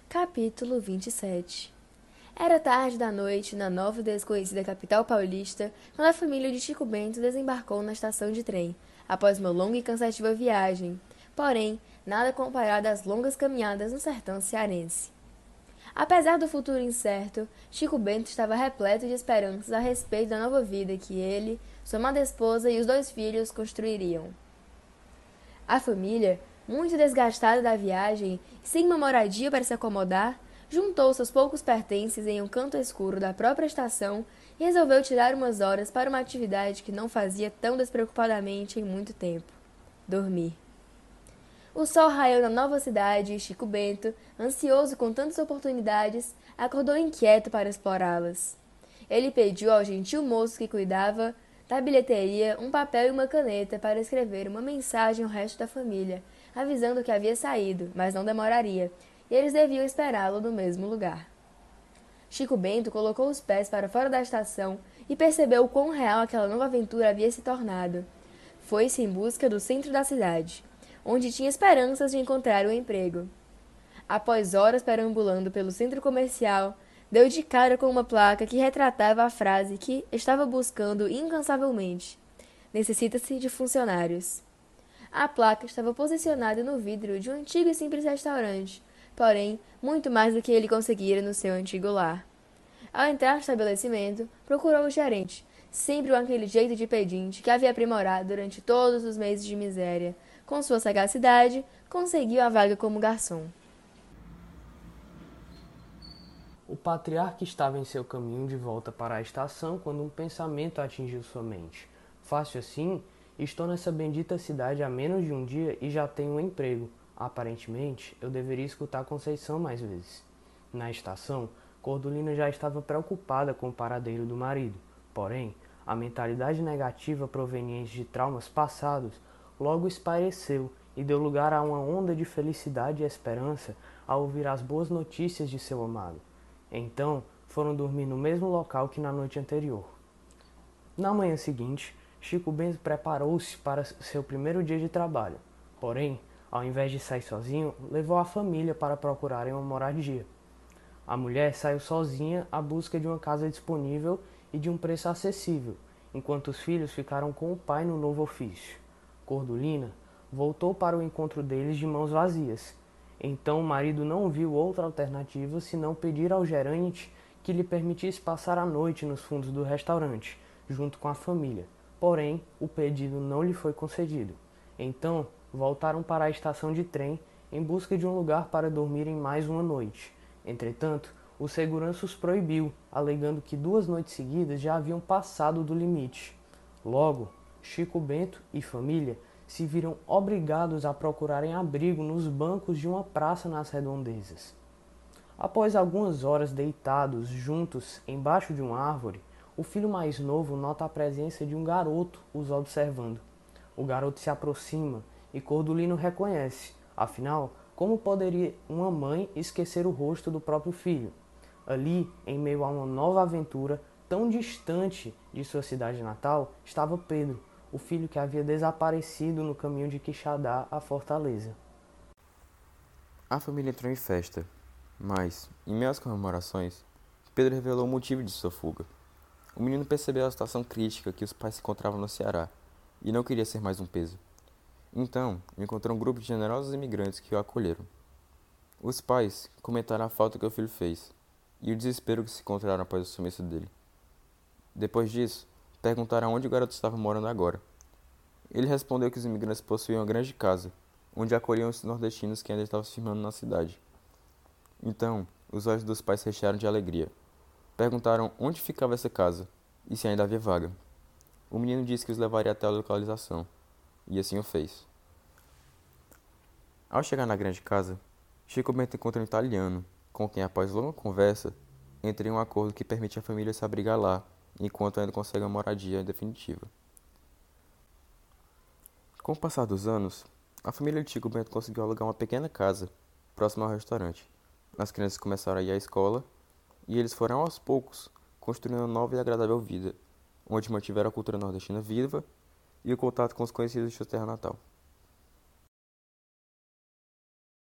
Capítulo 27. Era tarde da noite, na nova e desconhecida capital paulista, quando a família de Chico Bento desembarcou na estação de trem, após uma longa e cansativa viagem. Porém, nada comparado às longas caminhadas no sertão cearense. Apesar do futuro incerto, Chico Bento estava repleto de esperanças a respeito da nova vida que ele, sua amada esposa e os 2 filhos construiriam. A família, muito desgastada da viagem e sem uma moradia para se acomodar, juntou seus poucos pertences em um canto escuro da própria estação e resolveu tirar umas horas para uma atividade que não fazia tão despreocupadamente em muito tempo: dormir. O sol raiou na nova cidade e Chico Bento, ansioso com tantas oportunidades, acordou inquieto para explorá-las. Ele pediu ao gentil moço que cuidava da bilheteria um papel e uma caneta para escrever uma mensagem ao resto da família, avisando que havia saído, mas não demoraria, e eles deviam esperá-lo no mesmo lugar. Chico Bento colocou os pés para fora da estação e percebeu o quão real aquela nova aventura havia se tornado. Foi-se em busca do centro da cidade, onde tinha esperanças de encontrar um emprego. Após horas perambulando pelo centro comercial, deu de cara com uma placa que retratava a frase que estava buscando incansavelmente: necessita-se de funcionários. A placa estava posicionada no vidro de um antigo e simples restaurante, porém, muito mais do que ele conseguira no seu antigo lar. Ao entrar no estabelecimento, procurou o gerente, sempre com aquele jeito de pedinte que havia aprimorado durante todos os meses de miséria. Com sua sagacidade, conseguiu a vaga como garçom. O patriarca estava em seu caminho de volta para a estação quando um pensamento atingiu sua mente. Fácil assim? Estou nessa bendita cidade há menos de um dia e já tenho um emprego. Aparentemente, eu deveria escutar Conceição mais vezes. Na estação, Cordulina já estava preocupada com o paradeiro do marido. Porém, a mentalidade negativa proveniente de traumas passados logo espaireceu e deu lugar a uma onda de felicidade e esperança ao ouvir as boas notícias de seu amado. Então, foram dormir no mesmo local que na noite anterior. Na manhã seguinte, Chico Bento preparou-se para seu primeiro dia de trabalho. Porém, ao invés de sair sozinho, levou a família para procurarem uma moradia. A mulher saiu sozinha à busca de uma casa disponível e de um preço acessível, enquanto os filhos ficaram com o pai no novo ofício. Cordulina voltou para o encontro deles de mãos vazias. Então o marido não viu outra alternativa senão pedir ao gerente que lhe permitisse passar a noite nos fundos do restaurante, junto com a família. Porém, o pedido não lhe foi concedido. Então, voltaram para a estação de trem em busca de um lugar para dormirem mais uma noite. Entretanto, o segurança os proibiu, alegando que 2 noites seguidas já haviam passado do limite. Logo, Chico Bento e família se viram obrigados a procurarem abrigo nos bancos de uma praça nas redondezas. Após algumas horas deitados juntos embaixo de uma árvore, o filho mais novo nota a presença de um garoto os observando. O garoto se aproxima e Cordulino reconhece. Afinal, como poderia uma mãe esquecer o rosto do próprio filho? Ali, em meio a uma nova aventura, tão distante de sua cidade natal, estava Pedro, o filho que havia desaparecido no caminho de Quixadá à fortaleza. A família entrou em festa, mas, em meio às comemorações, Pedro revelou o motivo de sua fuga. O menino percebeu a situação crítica que os pais se encontravam no Ceará e não queria ser mais um peso. Então, encontrou um grupo de generosos imigrantes que o acolheram. Os pais comentaram a falta que o filho fez e o desespero que se encontraram após o sumiço dele. Depois disso, perguntaram onde o garoto estava morando agora. Ele respondeu que os imigrantes possuíam uma grande casa, onde acolhiam os nordestinos que ainda estavam se firmando na cidade. Então, os olhos dos pais se rechearam de alegria. Perguntaram onde ficava essa casa e se ainda havia vaga. O menino disse que os levaria até a localização, e assim o fez. Ao chegar na grande casa, Chico Bento encontra um italiano, com quem, após longa conversa, entra em um acordo que permite à família se abrigar lá, enquanto ainda consegue uma moradia definitiva. Com o passar dos anos, a família de Chico Bento conseguiu alugar uma pequena casa, próxima ao restaurante. As crianças começaram a ir à escola, e eles foram aos poucos construindo uma nova e agradável vida, onde mantiveram a cultura nordestina viva e o contato com os conhecidos de sua terra natal.